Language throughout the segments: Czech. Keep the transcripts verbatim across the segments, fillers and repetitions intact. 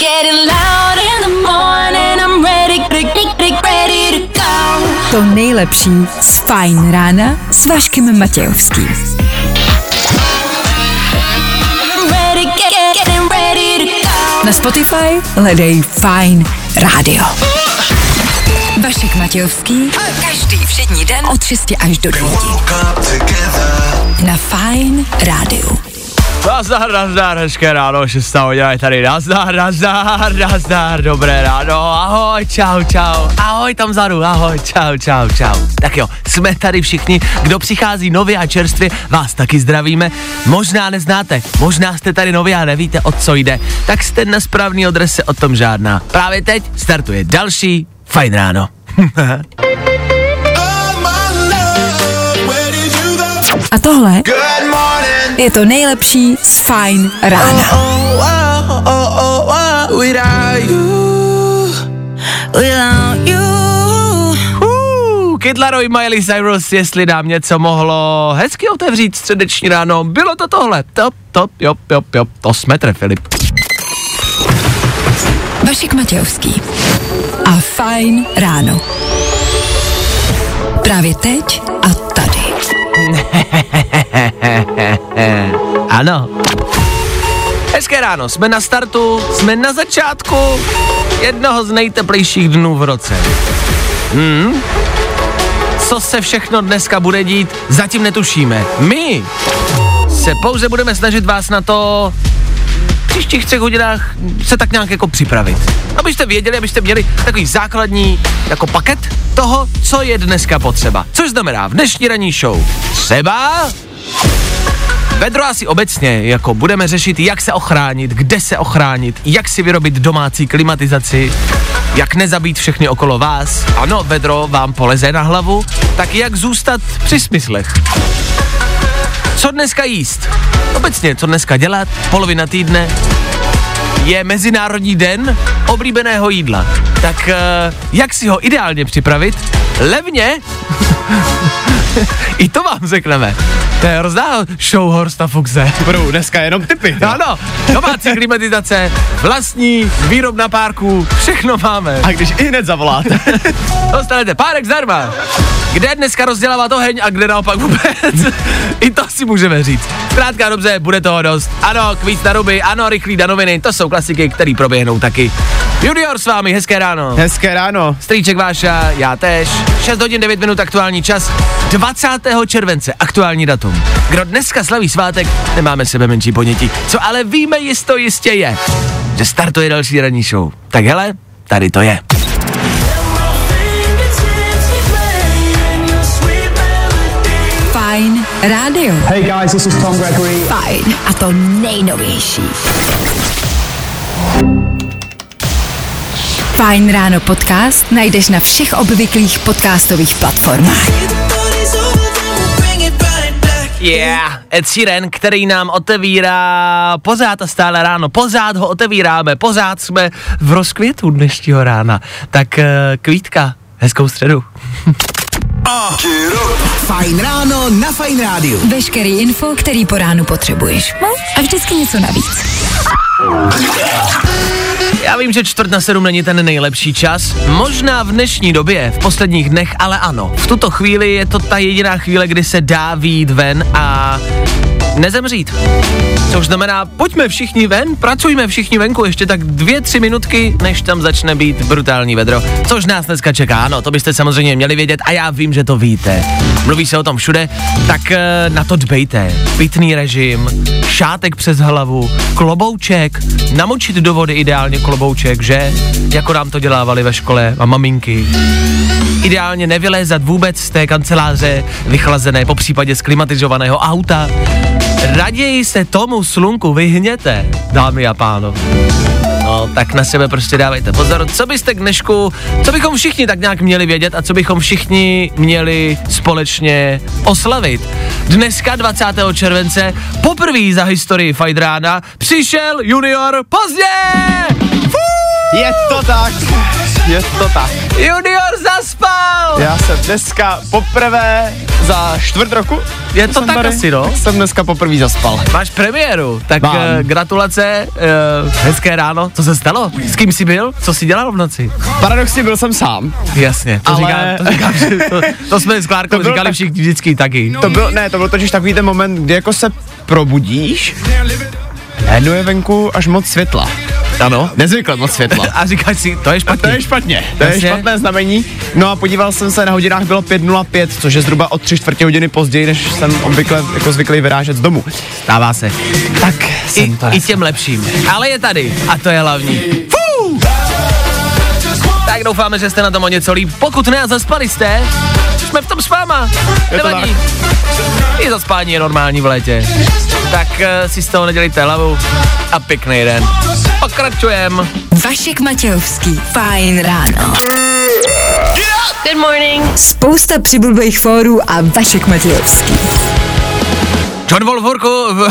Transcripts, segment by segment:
To nejlepší z Fajn rána s Vaškem Matějovským. Na Spotify hledej Fajn rádio. Vašek Matějovský každý všední den od šesti až do devíti. Na Fajn rádiu. Nazdar, nazdar, hezké ráno, šestá hodina je tady, nazdar, nazdar, nazdar, dobré ráno, ahoj, čau, čau, ahoj tam vzadu, ahoj, čau, čau, čau. Tak jo, jsme tady všichni, kdo přichází nově a čerstvě, vás taky zdravíme, možná neznáte, možná jste tady nově a nevíte, o co jde, tak jste na správný adrese, o tom žádná. Právě teď startuje další Fajn ráno. A tohle je to nejlepší z Fajn rána. Kid Laroi, Miley Cyrus, jestli nám něco mohlo hezky otevřít středeční ráno, bylo to tohle. Top, top, jo, jo, jo, to jsme trefili. Vašek Matějovský a Fajn ráno. Právě teď a tady. Ano. Hezké ráno, jsme na startu, jsme na začátku jednoho z nejteplejších dnů v roce. Hmm. Co se všechno dneska bude dít, zatím netušíme. My se pouze budeme snažit vás na to v příštích třech hodinách se tak nějak jako připravit. Abyste věděli, abyste měli takový základní jako paket toho, co je dneska potřeba. Což znamená v dnešní ranní show třeba vedro asi obecně, jako budeme řešit, jak se ochránit, kde se ochránit, jak si vyrobit domácí klimatizaci, jak nezabít všechny okolo vás. Ano, vedro vám poleze na hlavu, tak jak zůstat při smyslech. Co dneska jíst? Obecně, co dneska dělat? Polovina týdne je Mezinárodní den oblíbeného jídla. Tak uh, jak si ho ideálně připravit? Levně? I to vám řekneme. To je hrozná show Horsta Fuchse. Budou dneska jenom tipy. Ano, domácí klimatizace, vlastní, výrob na párku, všechno máme. A když i hned zavoláte. Dostanete párek zdarma. Kde dneska rozdělávat oheň a kde naopak vůbec. I to si můžeme říct. Zkrátka dobře, bude toho dost. Ano, kvíc na ruby, ano, rychlý danoviny, to jsou klasiky, které proběhnou taky. Junior s vámi, hezké ráno. Hezké ráno. Strýček Váša, já též. šest hodin devět minut aktuální čas. dvacátého července aktuální datum. Kdo dneska slaví svátek, nemáme sebe menší ponětí. Co ale víme jisto jistě je, že startuje další ranní show. Tak hele, tady to je. Fajn rádio. Hey guys, this is Tom Gregory. Fajn a to nejnovější. Fajn ráno podcast najdeš na všech obvyklých podcastových platformách. Yeah, Ed Sheeran, který nám otevírá pořád a stále ráno, pořád ho otevíráme, pořád jsme v rozkvětu dnešního rána. Tak uh, Kvítka, hezkou středu. Fajn ráno na Fajn rádiu. Veškerý info, který po ránu potřebuješ. No? A vždycky něco navíc. Já vím, že čtvrt na sedm není ten nejlepší čas, možná v dnešní době, v posledních dnech, ale ano, v tuto chvíli je to ta jediná chvíle, kdy se dá vyjít ven a nezemřít. Což znamená, pojďme všichni ven, pracujme všichni venku ještě tak dvě, tři minutky, než tam začne být brutální vedro. Což nás dneska čeká, ano, to byste samozřejmě měli vědět a já vím, že to víte. Mluví se o tom všude, tak na to dbejte. Pitný režim, šátek přes hlavu, klobouček, namočit do vody ideálně klobouček, že? Jako nám to dělávali ve škole a maminky. Ideálně nevylézat vůbec z té kanceláře vychlazené, po případě z klimatizovaného auta. Raději se tomu slunku vyhněte, dámy a pánové. No, tak na sebe prostě dávejte pozor. Co byste k dnešku, co bychom všichni tak nějak měli vědět a co bychom všichni měli společně oslavit. Dneska dvacátého července poprvé za historii Fajn rána přišel Junior pozdě! Fuu! Je to tak, je to tak. Junior zaspal! Já jsem dneska poprvé za čtvrt roku. Je to tak tady, asi, no. Tak jsem dneska poprvé zaspal. Máš premiéru, tak uh, gratulace, uh, hezké ráno. Co se stalo? S kým jsi byl? Co jsi dělal v noci? Paradoxně byl jsem sám. Jasně, to Ale... říkám, to, říkám že to, to jsme s Klárkou říkali tak... všichni vždycky taky. To byl, ne, to byl totiž takový ten moment, kdy jako se probudíš, najednou je venku až moc světla. Ano. Nezvykle moc světla. A říkáš si, to je špatně. To je špatně, to Jasně. je špatné znamení. No a podíval jsem se, na hodinách bylo pět nula pět, což je zhruba o tři čtvrtě hodiny později, než jsem obvykle jako zvyklý vyrážet z domu. Stává se. Tak jsem I, to I těm lepším. Ale je tady a to je hlavní. Fuu! Tak doufáme, že jste na tom o něco líp. Pokud ne a zaspali jste, jsme v tom s váma. Nevadí. I zaspání je normální v létě. Tak uh, si z toho nedělejte hlavu a pěkný den. Pokračujem. Vašek Matějovský, Fajn ráno. Good morning. Spousta přibulbých fórů a Vašek Matějovský. John Wolfhooker.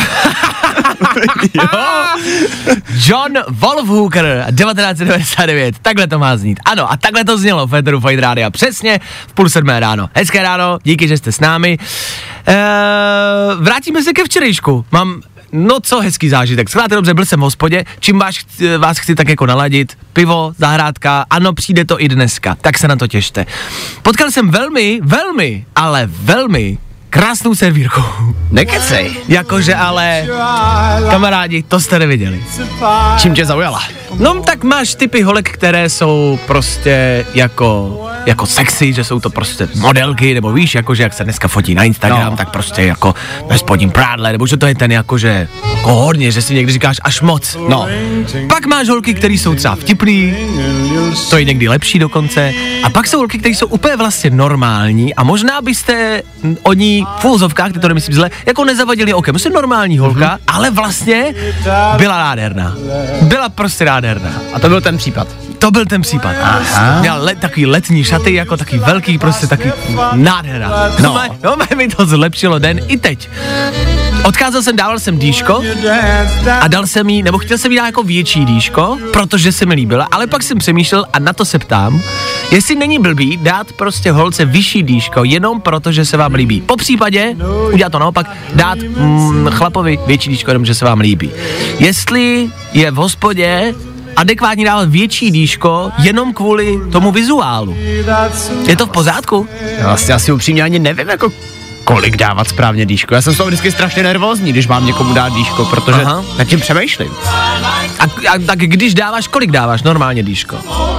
John Wolfhooker, devatenáct set devadesát devět, takhle to má znít. Ano, a takhle to znělo v Féteru Fajn rádia, přesně v půl sedmé ráno. Hezké ráno, díky, že jste s námi. Eee, vrátíme se ke včerejšku. Mám no co hezký zážitek. Skláte dobře, byl jsem v hospodě, čím vás, vás chci tak jako naladit, pivo, zahrádka, ano, přijde to i dneska, tak se na to těšte. Potkal jsem velmi, velmi, ale velmi krásnou servírku. Nekecej. Jakože ale, kamarádi, to jste neviděli. Čím tě zaujala? No tak máš typy holek, které jsou prostě jako, jako sexy, že jsou to prostě modelky, nebo víš, jakože jak se dneska fotí na Instagram, no. Tak prostě jako ve spodním prádle, nebo že to je ten jakože, jako hodně, že si někdy říkáš až moc. No. Pak máš holky, které jsou třeba vtipný, to je někdy lepší dokonce, a pak jsou holky, které jsou úplně vlastně normální a možná byste o ní v úvozovkách, ty to nemyslím zle, jako nezavadili okem. Myslím normální holka, mm-hmm. ale vlastně byla nádherná. Byla prostě nádherná. A to byl ten případ. To byl ten případ. Aha. Měla le, takový letní šaty, jako takový velký, prostě takový nádhera. No, no, mi to zlepšilo den i teď. Odkázal jsem, dával jsem dýško a dal jsem jí, nebo chtěl jsem jí dát jako větší dýško, protože se mi líbila, ale pak jsem přemýšlel a na to se ptám, jestli není blbý dát prostě holce vyšší dýško, jenom proto, že se vám líbí. Po případě, udělat to naopak, dát mm, chlapovi větší dýško, jenom že se vám líbí. Jestli je v hospodě adekvátně dávat větší dýško jenom kvůli tomu vizuálu. Je to v pořádku? Já vlastně asi upřímně ani nevím, jako kolik dávat správně dýško. Já jsem z toho vždycky strašně nervózní, když mám někomu dát dýško, protože Aha. nad tím přemýšlím. A, a tak když dáváš, kolik dáváš normálně dýško?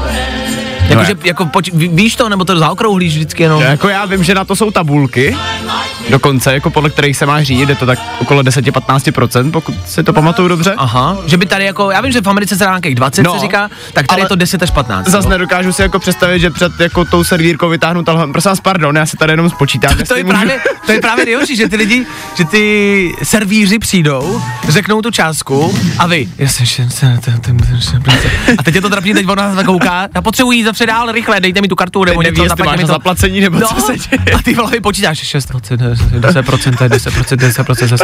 Jakože, jako, poč- víš to, nebo to zaokrouhlíš vždycky jenom? Jako já vím, že na to jsou tabulky, dokonce, jako podle kterých se máš řídit, je to tak okolo deset až patnáct procent, pokud si to pamatuju dobře. Aha, že by tady jako, já vím, že v Americe se dá nějakých dvacet, no, se říká, tak tady je to deset až patnáct. Zas nedokážu si jako představit, že před jako tou servírkou vytáhnu talhle, prosím vás, pardon, já si tady jenom spočítám. To, to, je, právě, to je právě nejhorší, že ty lidi, že ty servíři přijdou, řeknou tu částku a vy, a teď je to trapně, teď ona na kouká, a potřebují za dál rychle, dejte mi tu kartu, nebo něco, zaplaťte mi to. Zaplacení, nebo no, co se děje. A ty v hlavě počítáš šest procent, deset procent, deset procent, deset procent,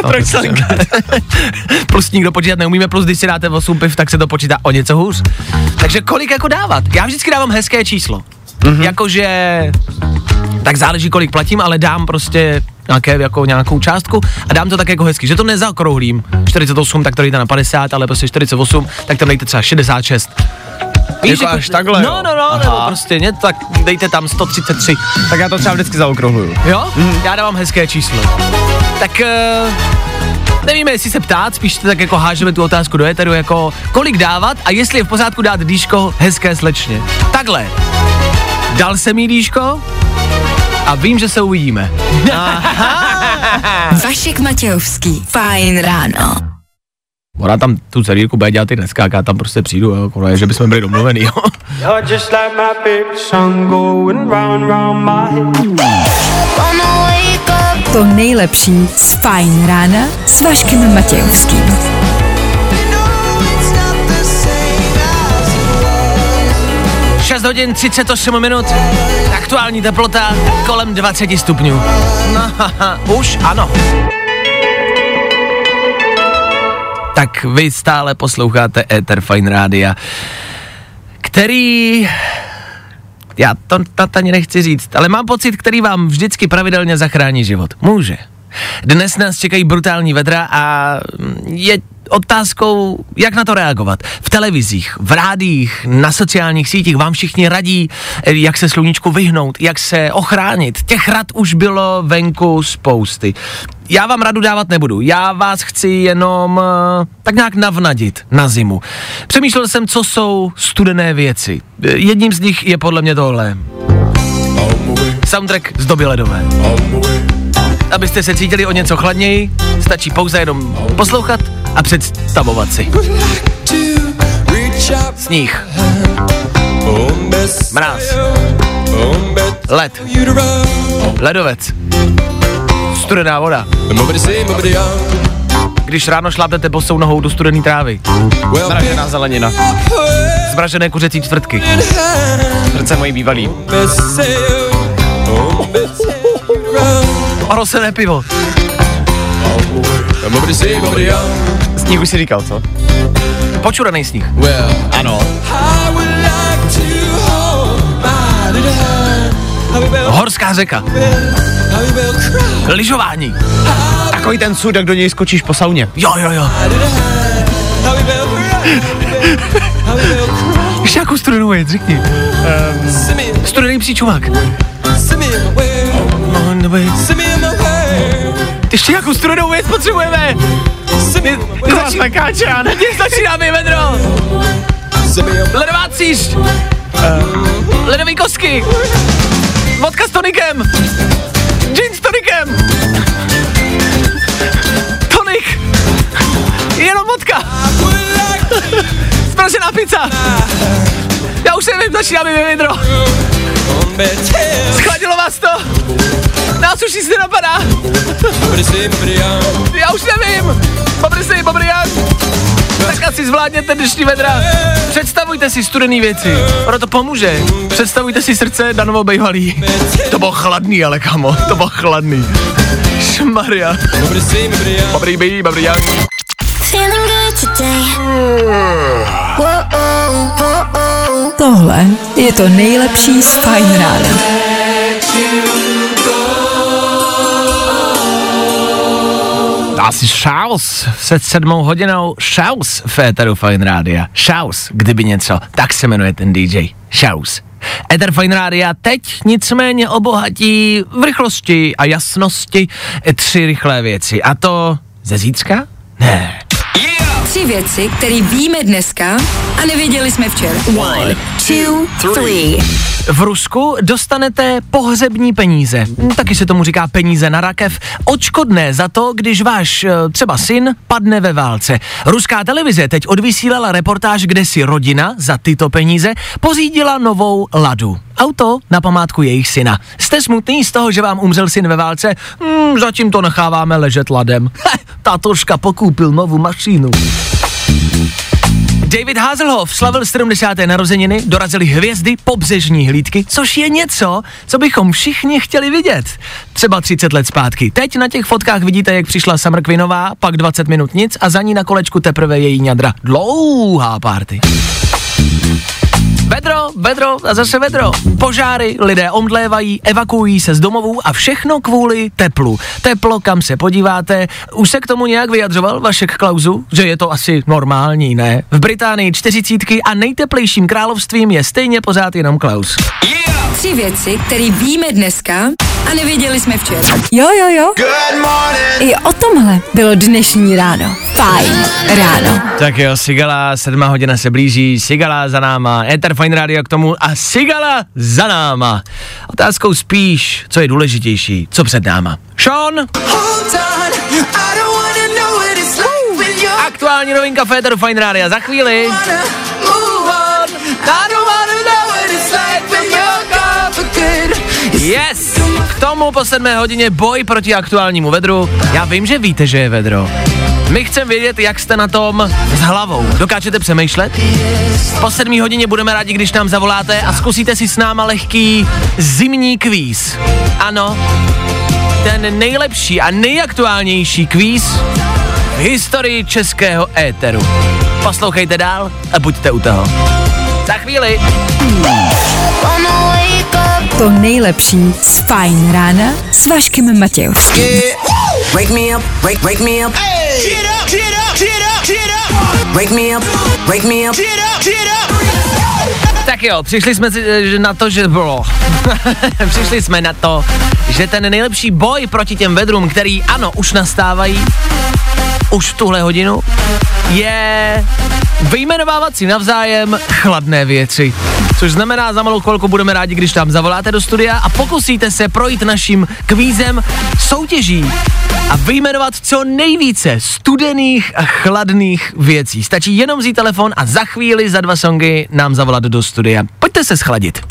plus nikdo počítat neumíme, plus když si dáte osm piv, tak se to počítá o něco hůř. Takže kolik jako dávat? Já vždycky dávám hezké číslo. Mm-hmm. Jakože, tak záleží kolik platím, ale dám prostě nějaké, jako nějakou částku a dám to tak jako hezky, že to nezaokrouhlím. čtyřicet osm, tak to dejte na padesát, ale prostě čtyřicet osm, tak tam dejte třeba šedesát šest. Víš, jako jako až takhle, no, no, no, nebo prostě, ne, tak dejte tam sto třicet tři. Tak já to třeba vždycky zaokrouhluju. Jo? Mm. Já dávám hezké číslo. Tak, uh, nevíme, jestli se ptát, spíš tak jako hážeme tu otázku do éteru, jako kolik dávat a jestli je v pořádku dát dýško hezké slečně. Takhle. Dal jsem jí dýško a vím, že se uvidíme. Vašek Matějovský, Fajn ráno. Ona tam tu servírku bude dělat i dneska, já tam prostě přijdu, jo, konec, že bychom byli domluvený, jo. To nejlepší z Fajn rána s Vaškem Matějovským. šest hodin třicet osm minut, aktuální teplota kolem dvacet stupňů. No, haha, už ano. Tak vy stále posloucháte éter Fajn rádia, který Já to ani nechci říct, ale mám pocit, který vám vždycky pravidelně zachrání život. Může. Dnes nás čekají brutální vedra a je otázkou, jak na to reagovat. V televizích, v rádiích, na sociálních sítích vám všichni radí, jak se sluníčku vyhnout, jak se ochránit. Těch rad už bylo venku spousty. Já vám radu dávat nebudu, já vás chci jenom uh, tak nějak navnadit na zimu. Přemýšlel jsem, co jsou studené věci. Jedním z nich je podle mě tohle. Soundtrack z doby ledové. Abyste se cítili o něco chladněji, stačí pouze jenom poslouchat a představovat si. Sníh. Mráz. Led. Ledovec. Studená voda. Když ráno šlápnete bosou nohou do studený trávy. Zmražená zelenina. Zmražené kuřecí čtvrtky. Srdce mojí bývalý. Orosené pivo. Sníh už si říkal, co? Počuraný sníh. Ano. Horská řeka. Lyžování. Takový ten sud, jak do něj skočíš po sauně. Jo, jo, jo. Ještě jakou studenou věc, řekni. Um, studený psí čumák. Ještě jakou studenou věc potřebujeme? Nezačíná, nezačínáme vedro. Ledová cíř. Ledový kosky. Vodka s tonikem. Gin s tonikem. Tonik. Jenom vodka. Zpražená pizza. Já už nevím, začínáme vedro. Schladilo vás to? Nás už nic nenapadá. Já už nevím. Babrisej, babrián. Tak asi zvládněte dnešní vedra. Představujte si studený věci. Ono to pomůže. Představujte si srdce Danovo bejvalý. To bylo chladný, ale kamo. To bylo chladný. Šmaria. Babri, bej, babrián. Tohle je to nejlepší z Fajn rána. Asi šaus se sedmou hodinou, šaus v éteru Fajn rádia. Šaus, kdyby něco, tak se jmenuje ten dý džej. Šaus. Éter Fajn rádia teď nicméně obohatí v rychlosti a jasnosti tři rychlé věci. A to ze zítřka? Ne. Tři věci, které víme dneska a nevěděli jsme včera. One, two, three. V Rusku dostanete pohřební peníze. Taky se tomu říká peníze na rakev. Odškodné za to, když váš třeba syn padne ve válce. Ruská televize teď odvysílala reportáž, kde si rodina za tyto peníze pořídila novou Ladu. Auto na památku jejich syna. Jste smutný z toho, že vám umřel syn ve válce? Hmm, zatím to necháváme ležet ladem. Heh, tátoška pokoupil novou mašinu. David Hasselhoff slavil sedmdesáté narozeniny, dorazily hvězdy, pobřežní hlídky, což je něco, co bychom všichni chtěli vidět. Třeba třicet let zpátky. Teď na těch fotkách vidíte, jak přišla Summer Queenová, pak dvacet minut nic a za ní na kolečku teprve její ňadra. Dlouhá party. Vedro, vedro a zase vedro. Požáry, lidé omdlévají, evakuují se z domovů a všechno kvůli teplu. Teplo, kam se podíváte. Už se k tomu nějak vyjadřoval Vašek Klausu, že je to asi normální, ne? V Británii čtyřicítky a nejteplejším královstvím je stejně pořád jenom Klaus. Yeah! Tři věci, které víme dneska a nevěděli jsme včera. Jo, jo, jo. Good morning. I o tomhle bylo dnešní ráno. Fajn ráno. Tak jo, Sigala, sedmá hodina se blíží, Sigala za náma, Éter Fajn rádio k tomu a Sigala za náma. Otázkou spíš, co je důležitější, co před náma. Sean! Aktuální novinka v Éteru Fajn rádia za chvíli. Yes! K tomu po sedmé hodině boj proti aktuálnímu vedru. Já vím, že víte, že je vedro. My chceme vědět, jak jste na tom s hlavou. Dokážete přemýšlet? Po sedmé hodině budeme rádi, když nám zavoláte a zkusíte si s náma lehký zimní kvíz. Ano, ten nejlepší a nejaktuálnější kvíz v historii českého éteru. Poslouchejte dál a buďte u toho. Za chvíli. To nejlepší z Fajn rána s Vaškem Matějovským. Wake me up, wake, wake me up. Hey. Get up, get up, get up, get up. Wake me up, wake me up. Get up, get up. Tak jo, přišli jsme na to, že bylo. Přišli jsme na to, že ten nejlepší boj proti těm vedrům, který ano, už nastávají, už v tuhle hodinu, je vyjmenovávat si navzájem chladné věci. Což znamená, za malou chvilku budeme rádi, když tam zavoláte do studia a pokusíte se projít naším kvízem soutěží a vyjmenovat co nejvíce studených a chladných věcí. Stačí jenom vzít telefon a za chvíli, za dva songy nám zavolat do studia. Pojďte se schladit.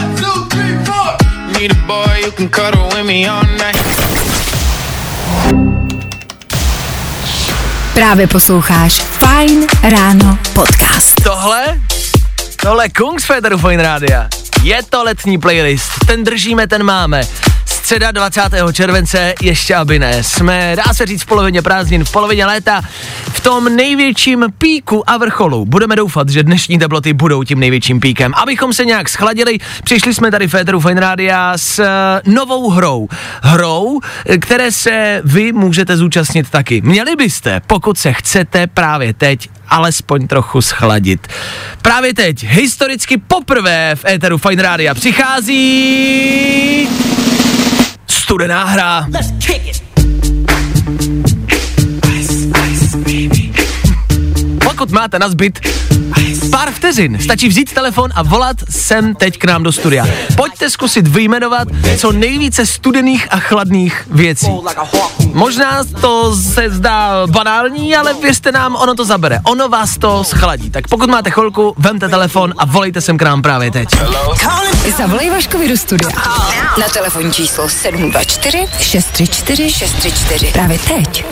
Právě posloucháš Fajn ráno podcast. Tohle? Tohle Kungsfederu Fajn rádia. Je to letní playlist. Ten držíme, ten máme. Středa dvacátého července, ještě aby ne. Jsme, dá se říct, v polovině prázdnin, v polovině léta, v tom největším píku a vrcholu. Budeme doufat, že dnešní teploty budou tím největším píkem. Abychom se nějak schladili, přišli jsme tady v Féteru Fajn rádia s uh, novou hrou. Hrou, které se vy můžete zúčastnit taky. Měli byste, pokud se chcete právě teď alespoň trochu schladit. Právě teď, historicky poprvé v éteru Fajn rádia přichází studená hra. Pokud máte na zbyt pár vteřin, stačí vzít telefon a volat sem teď k nám do studia. Pojďte zkusit vyjmenovat co nejvíce studených a chladných věcí. Možná to se zdá banální, ale věřte nám, ono to zabere. Ono vás to schladí. Tak pokud máte chvilku, vemte telefon a volejte sem k nám právě teď. Zavolej Vaškovi do studia. Na telefonní číslo sedm dva čtyři šest tři čtyři šest tři čtyři. Právě teď.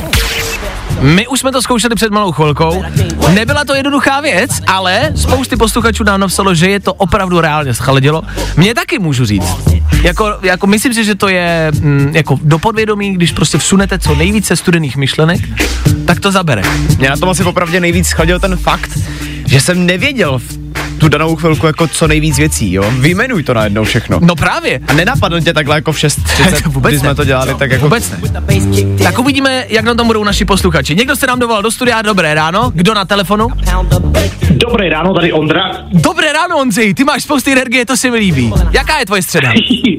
My už jsme to zkoušeli před malou chvilkou. Nebyla to jednoduchá věc, ale spousty posluchačů nám napsalo, že je to opravdu reálně schladilo. Mně taky můžu říct. Jako, jako myslím si, že to je mm, jako do podvědomí, když prostě vsunete co nejvíce studených myšlenek, tak to zabere. Mě na tom asi popravdě nejvíc schladil ten fakt, že jsem nevěděl v tu danou chvilku jako co nejvíc věcí, jo? Vyjmenuj to najednou všechno. No právě. A nenapadlo tě takhle jako v šest třicet, když jsme to dělali, tak jako... Vůbec ne. Tak uvidíme, jak na tom budou naši posluchači. Někdo se nám dovolal do studia, dobré ráno. Kdo na telefonu? Dobré ráno, tady Ondra. Dobré ráno, Ondřej, ty máš spousty energie, to se mi líbí. Jaká je tvoje středa?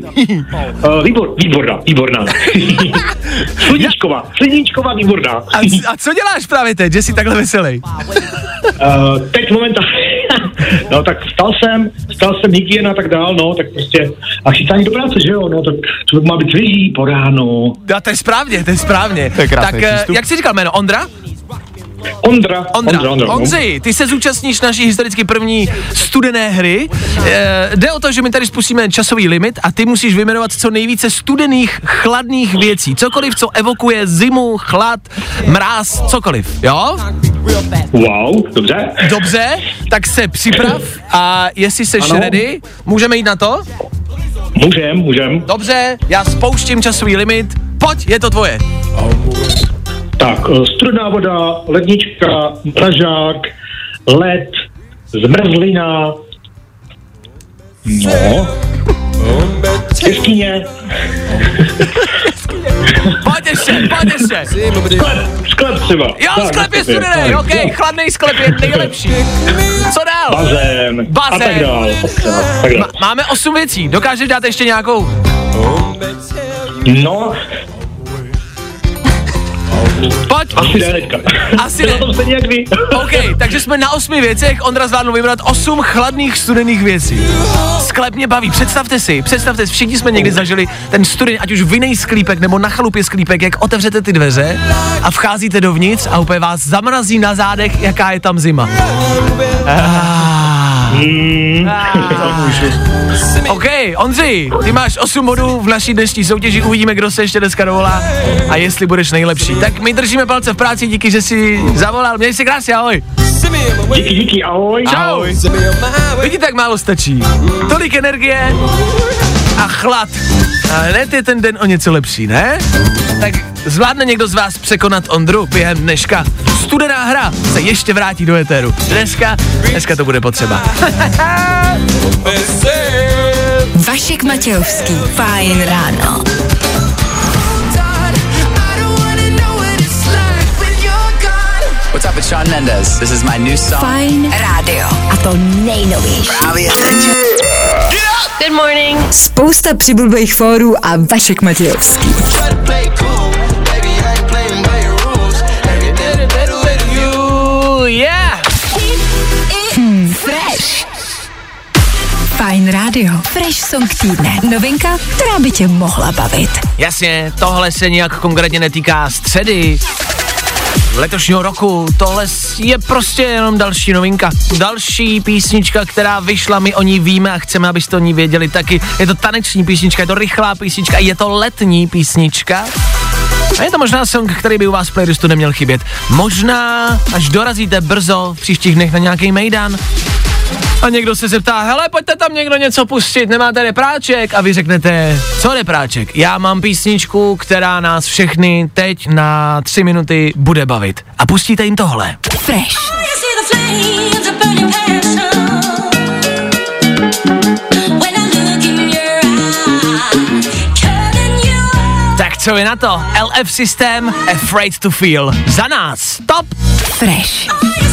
uh, výbor, výborná, výborná. Sluníčková, sluníčková, výborná. A, a co děláš právě teď, že jsi takhle veselý? Uh, teď momentálně, no tak vstal jsem, vstal jsem hygiena a tak dál, no, tak prostě a chytání do práce, že jo, no, tak člověk má být svěží po ránu. No, to je správně, to je správně. To je krásný tak přístup. jak jsi říkal jméno, Ondra? Ondra. Ondra, Ondra, Ondra Ondřej, ty se zúčastníš naší historicky první studené hry. E, jde o to, že my tady spustíme časový limit a ty musíš vyjmenovat co nejvíce studených, chladných věcí. Cokoliv, co evokuje zimu, chlad, mráz, cokoliv, jo? Wow, dobře. Dobře, tak se připrav a jestli jsi ready, můžeme jít na to? Můžem, můžem. Dobře, já spouštím časový limit, pojď, je to tvoje. Tak, studená voda, lednička, mražák, led, zmrzlina, no, jeskyně. Pojď ještě, pojď ještě. Sklep, sklep třeba. Jo, tak, sklep je studený, ok, chladný sklep je nejlepší. Co dál? Bazén. Bazén. A tak dál. Tak dál. Ma- máme osm věcí, dokážeš dát ještě nějakou? No, Pojď. asi ne teďka. Asi Jste ne. na tom stejně jak vy. OK, takže jsme na osmi věcech, Ondra zvládl vybrat osm chladných studených věcí. Sklep mě baví, představte si, představte si, všichni jsme někdy zažili ten studený, ať už vinný sklípek nebo na chalupě sklípek, jak otevřete ty dveře a vcházíte dovnitř a úplně vás zamrazí na zádech, jaká je tam zima. Ah. Mm. OK, Ondřej, ty máš osm bodů v naší dnešní soutěži, uvidíme, kdo se ještě dneska dovolá a jestli budeš nejlepší. Tak my držíme palce v práci, díky, že jsi zavolal, měj si krásně, ahoj. Díky, díky, ahoj. Čau. Vidíte, tak málo stačí. Tolik energie a chlad. A hned je ten den o něco lepší, ne? Tak Zvládne někdo z vás překonat Ondru během dneška? Studená hra se ještě vrátí do éteru. Dneska, dneska to bude potřeba. Vašek Matějovský, Fajn ráno. What's up, it's Shawn Mendes. This is my new song. Fajn rádio. A to nejnovější. Good morning. Spousta přibulbých fórů a Vašek Matějovský. Yeah. Hmm, fresh. Fajn rádio. Fresh song týdne. Novinka, která by tě mohla bavit. Jasně, tohle se nějak konkrétně netýká středy letošního roku, tohle je prostě jenom další novinka. Další písnička, která vyšla, my o ní víme a chceme, abyste o ní věděli taky. Je to taneční písnička, je to rychlá písnička, je to letní písnička. A je to možná song, který by u vás v playlistu neměl chybět. Možná, až dorazíte brzo v příštích dnech na nějaký mejdan a někdo se zeptá, hele, pojďte tam někdo něco pustit, nemáte repráček? A vy řeknete, co repráček? Já mám písničku, která nás všechny teď na tři minuty bude bavit. A pustíte jim tohle. Fresh. Tak co je na to? L F System, Afraid to Feel. Za nás, stop! Fresh.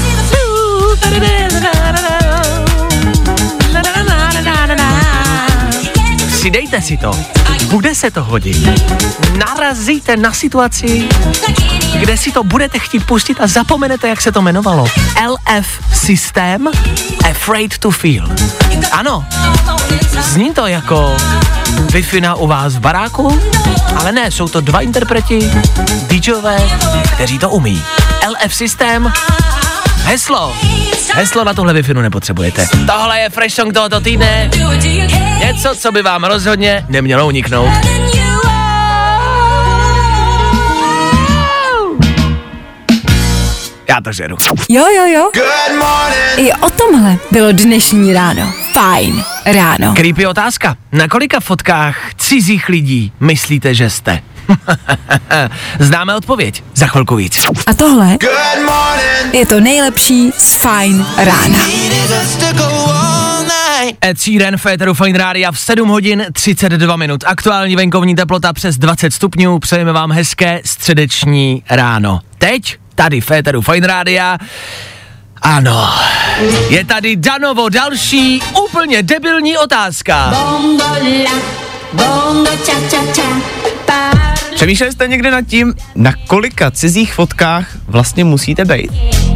Přidejte si to, bude se to hodit. Narazíte na situaci, kde si to budete chtít pustit a zapomenete, jak se to jmenovalo. L F System, Afraid to Feel. Ano, zní to jako Wi-Fi u vás v baráku, ale ne, jsou to dva interpreti, DJové, kteří to umí. L F System, heslo. Heslo na tohle Wi-Fi nepotřebujete. Tohle je fresh song tohoto týdne. Něco, co by vám rozhodně nemělo uniknout. Já to žeru. Jo, jo, jo. Good morning. I o tomhle bylo dnešní ráno. Fajn ráno. Creepy otázka. Na kolika fotkách cizích lidí myslíte, že jste? Známe odpověď. Za chvilku víc. A tohle je to nejlepší z Fajn rána. Ed Sheeran, Féteru Fajn rádia v sedm hodin třicet dva minut. Aktuální venkovní teplota přes dvacet stupňů. Přejeme vám hezké středeční ráno. Teď tady Féteru Fajn rádia. Ano, je tady Danovo další úplně debilní otázka. Přemýšleli jste někdy nad tím, na kolika cizích fotkách vlastně musíte být?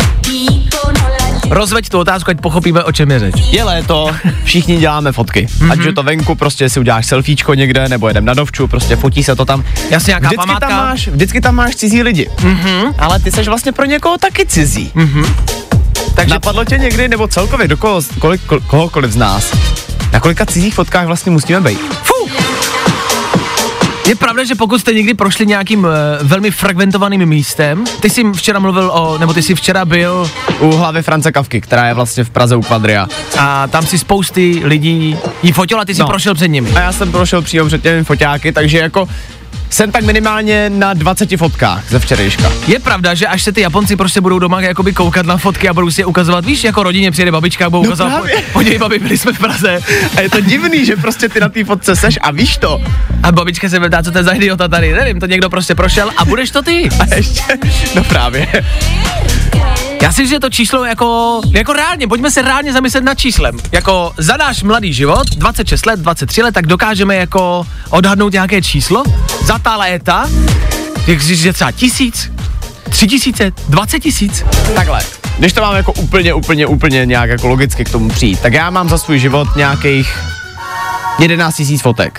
Rozveď tu otázku, ať pochopíme, o čem je řeč. Je léto, všichni děláme fotky. Mm-hmm. Ať je to venku, prostě si uděláš selfiečko někde, nebo jedem na dovču, prostě fotí se to tam. Jasně, nějaká vždycky památka. Tam máš, vždycky tam máš cizí lidi. Mm-hmm. Ale ty seš vlastně pro někoho taky cizí. Mm-hmm. Takže napadlo tě někdy, nebo celkově do koho, kolik, kol, kohokoliv z nás, na kolika cizích fotkách vlastně musíme být? Fuh. Je pravda, že pokud jste někdy prošli nějakým uh, velmi fragmentovaným místem, ty jsi včera mluvil o, nebo ty jsi včera byl u hlavy France Kafky, která je vlastně v Praze u Kvadria. A tam si spousty lidí jí fotila a ty jsi no. prošel před nimi. A já jsem prošel přímo před těmi foťáky, takže jako jsem tak minimálně na dvaceti fotkách ze včerejška. Je pravda, že až se ty Japonci prostě budou doma jakoby koukat na fotky a budou si je ukazovat, víš, jako rodině přijede babička a budou no ukazovat, po, podívej babi, byli jsme v Praze. A je to divný, že prostě ty na té fotce seš a víš to. A babička se ptá, co to je za idiota tady, nevím, to někdo prostě prošel a budeš to ty. A ještě, no právě. Já si, že to číslo jako, jako reálně, pojďme se reálně zamyslet nad číslem. Jako za náš mladý život, dvacet šest let, dvacet tři let, tak dokážeme jako odhadnout nějaké číslo. Za ta léta, jak říct, že třeba tisíc, tři tisíce, dvacet tisíc. Takhle, když to mám jako úplně, úplně, úplně nějak jako logicky k tomu přijít, tak já mám za svůj život nějakých jedenáct tisíc fotek.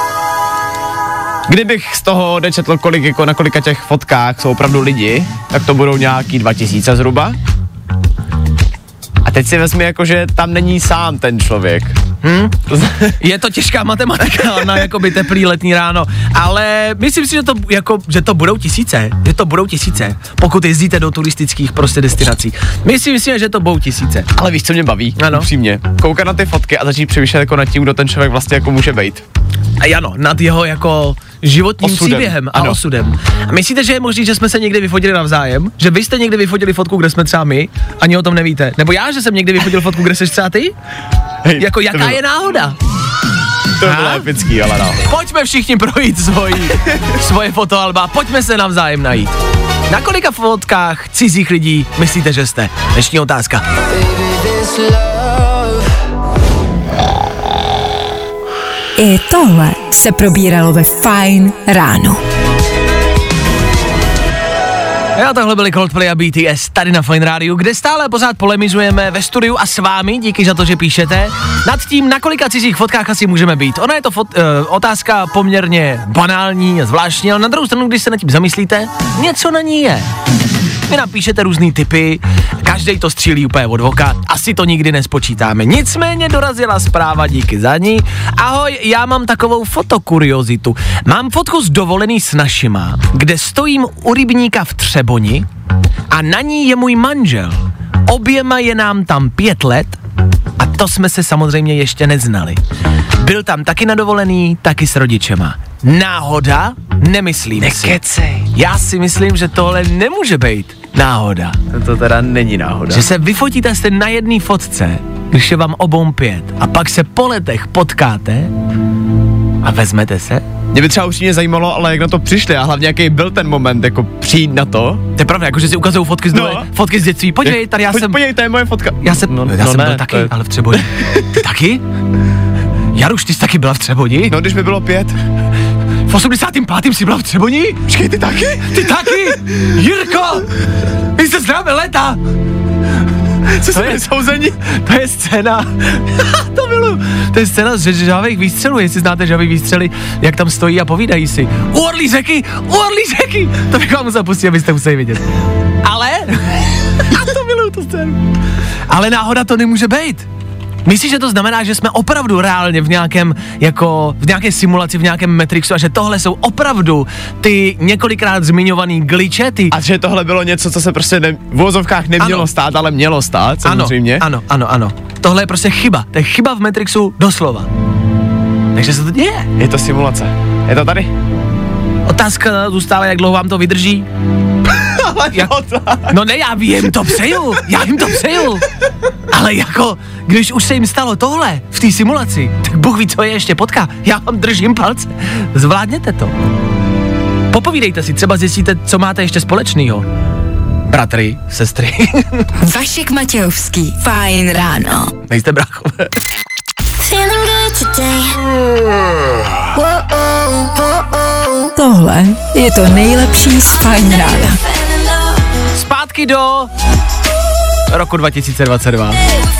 Kdybych z toho odečetl, kolik, jako na kolika těch fotkách jsou opravdu lidi, tak to budou nějaký dva tisíce zhruba. A teď si vezmi jako, že tam není sám ten člověk. Hmm? Je to těžká matematika na jakoby teplý letní ráno, ale myslím si, že to, jako, že to budou tisíce, že to budou tisíce, pokud jezdíte do turistických prostě destinací. Myslím si, že to budou tisíce. Ale víš, co mě baví? Ano. Upřímně. Koukat na ty fotky a začít přemýšlet jako nad tím, kdo ten člověk vlastně jako může být. A ano, nad jeho jako životním Osudem. příběhem a Ano. osudem. A myslíte, že je možný, že jsme se někdy vyfotili navzájem? Že vy jste někdy vyfotili fotku, kde jsme třeba my, ani o tom nevíte? Nebo já, že jsem někdy vyfotil fotku, kde jsi třeba ty? Hej, Jako to jaká bylo, je náhoda? To bylo epický, ale no. Pojďme všichni projít svoji, svoje fotoalba, pojďme se navzájem najít. Na kolika fotkách cizích lidí myslíte, že jste? Dnešní otázka. I tohle se probíralo ve Fajn ráno. Já tohle byli Coldplay a B T S tady na Fajn rádiu, kde stále pořád polemizujeme ve studiu a s vámi, díky za to, že píšete, nad tím, na kolika cizích fotkách asi můžeme být. Ona je to fot, uh, otázka poměrně banální a zvláštní, ale na druhou stranu, když se nad tím zamyslíte, něco na ní je. Vy napíšete různý typy, každej to střílí úplně od voka, asi to nikdy nespočítáme. Nicméně dorazila zpráva, díky za ní. Ahoj, já mám takovou fotokuriozitu. Mám fotku z dovolený s našima, kde stojím u rybníka v Třeboni a na ní je můj manžel. Oběma je nám tam pět let a to jsme se samozřejmě ještě neznali. Byl tam taky na dovolený, taky s rodičema. Náhoda? Nemyslím si. Nekecej. Já si myslím, že tohle nemůže být náhoda. To teda není náhoda. Že se vyfotíte jste na jedné fotce, když je vám obou pět a pak se po letech potkáte a vezmete se. Mě by třeba upřímně zajímalo, ale jak na to přišli a hlavně jaký byl ten moment, jako přijít na to. To je pravda, jakože si ukazují fotky z, dole, No. fotky z dětství. Podívej, tady já Pojď, jsem... Podívej, to je moje fotka. Já jsem, no, já no jsem ne, byl taky, je... ale v Třeboni. Ty taky? Jaruš, ty jsi taky byla v Třeboni? No, když mi bylo pět. V osmdesátém pátém jsi byla v Třeboni? Počkej, ty taky? Ty taky? Jirko! My se známe léta! Co To jsme je- souzení? To je scéna, to miluju, to je scéna z žhavých výstřelů, jestli znáte žhavý výstřely, jak tam stojí a povídají si. U Orlí řeky, u Orlí řeky, to bych vám musel pustit, abyste museli vidět. Ale, a to miluju tu scénu, ale náhoda to nemůže být. Myslíš, že to znamená, že jsme opravdu reálně v nějakém, jako v nějaké simulaci, v nějakém Matrixu a že tohle jsou opravdu ty několikrát zmiňovaný glitchety? A že tohle bylo něco, co se prostě ne, v uvozovkách nemělo Ano. stát, ale mělo stát, samozřejmě. Ano, ano, ano, ano. Tohle je prostě chyba. To je chyba v Matrixu doslova. Takže se to děje. Je to simulace. Je to tady? Otázka zůstává, jak dlouho vám to vydrží. Ale Jak- no, tak. No ne, já jim to přeju, já jim to přeju. Ale jako, když už se jim stalo tohle v té simulaci, tak Bůh ví, co je ještě potká. Já vám držím palce. Zvládněte to. Popovídejte si, třeba zjistíte, co máte ještě společného. Bratry, sestry. Vašek Matějovský. Fajn ráno. Nejste bráchové. Tohle je to nejlepší z Fajn rána. Zpátky do roku dva tisíce dvacet dva.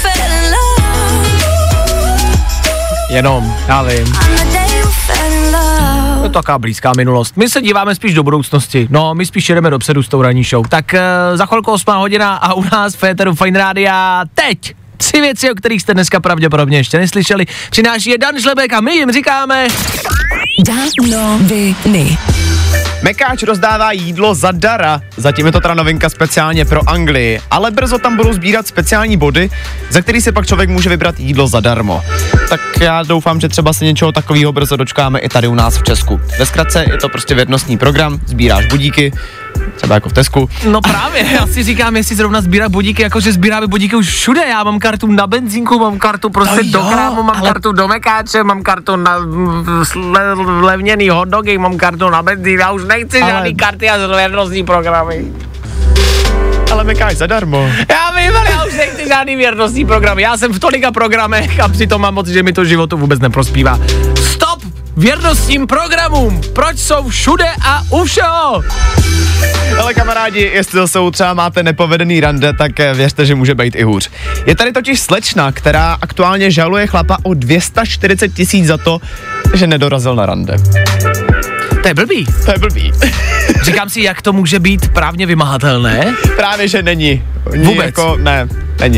Jenom, já vím. Je to taková blízká minulost. My se díváme spíš do budoucnosti. No, my spíš jedeme dopředu s tou ranní show. Tak uh, za chvilku osmá hodina a u nás v Féteru Fajn Rádia teď tři věci, o kterých jste dneska pravděpodobně ještě neslyšeli. Přináší je Dan Žlebek a my jim říkáme... Danoviny. Mekáč rozdává jídlo zadara. Zatím je to teda novinka speciálně pro Anglii, ale brzo tam budou sbírat speciální body, za který si pak člověk může vybrat jídlo zadarmo. Tak já doufám, že třeba se něčeho takového brzo dočkáme i tady u nás v Česku. Ve zkratce je to prostě věrnostní program, sbíráš budíky, třeba jako v Tesku. No právě, já si říkám, jestli zrovna sbírá budíky, jakože sbíráme budíky už všude. Já mám kartu na benzínku, mám kartu prostě No do jo, krámu, mám ale- kartu do Mekáče, mám kartu na mm, sle, levněný hotdogy, mám kartu na benzín, já už nechci Ale- žádný karty a věrnostní programy. Ale Mekáč zadarmo. Já vím, ale já už nechci žádný věrnostní programy, já jsem v tolika programech a přitom mám pocit, že mi to životu vůbec neprospívá. Stop věrnostním programům, proč jsou všude a u všeho? Ale kamarádi, jestli zase třeba máte nepovedený rande, tak eh, věřte, že může být i hůř. Je tady totiž slečna, která aktuálně žaluje chlapa o dvě stě čtyřicet tisíc za to, že nedorazil na rande. To je blbý. To je blbý. Říkám si, jak to může být právně vymahatelné. Právě, že není. Ní Vůbec. Jako, ne, není.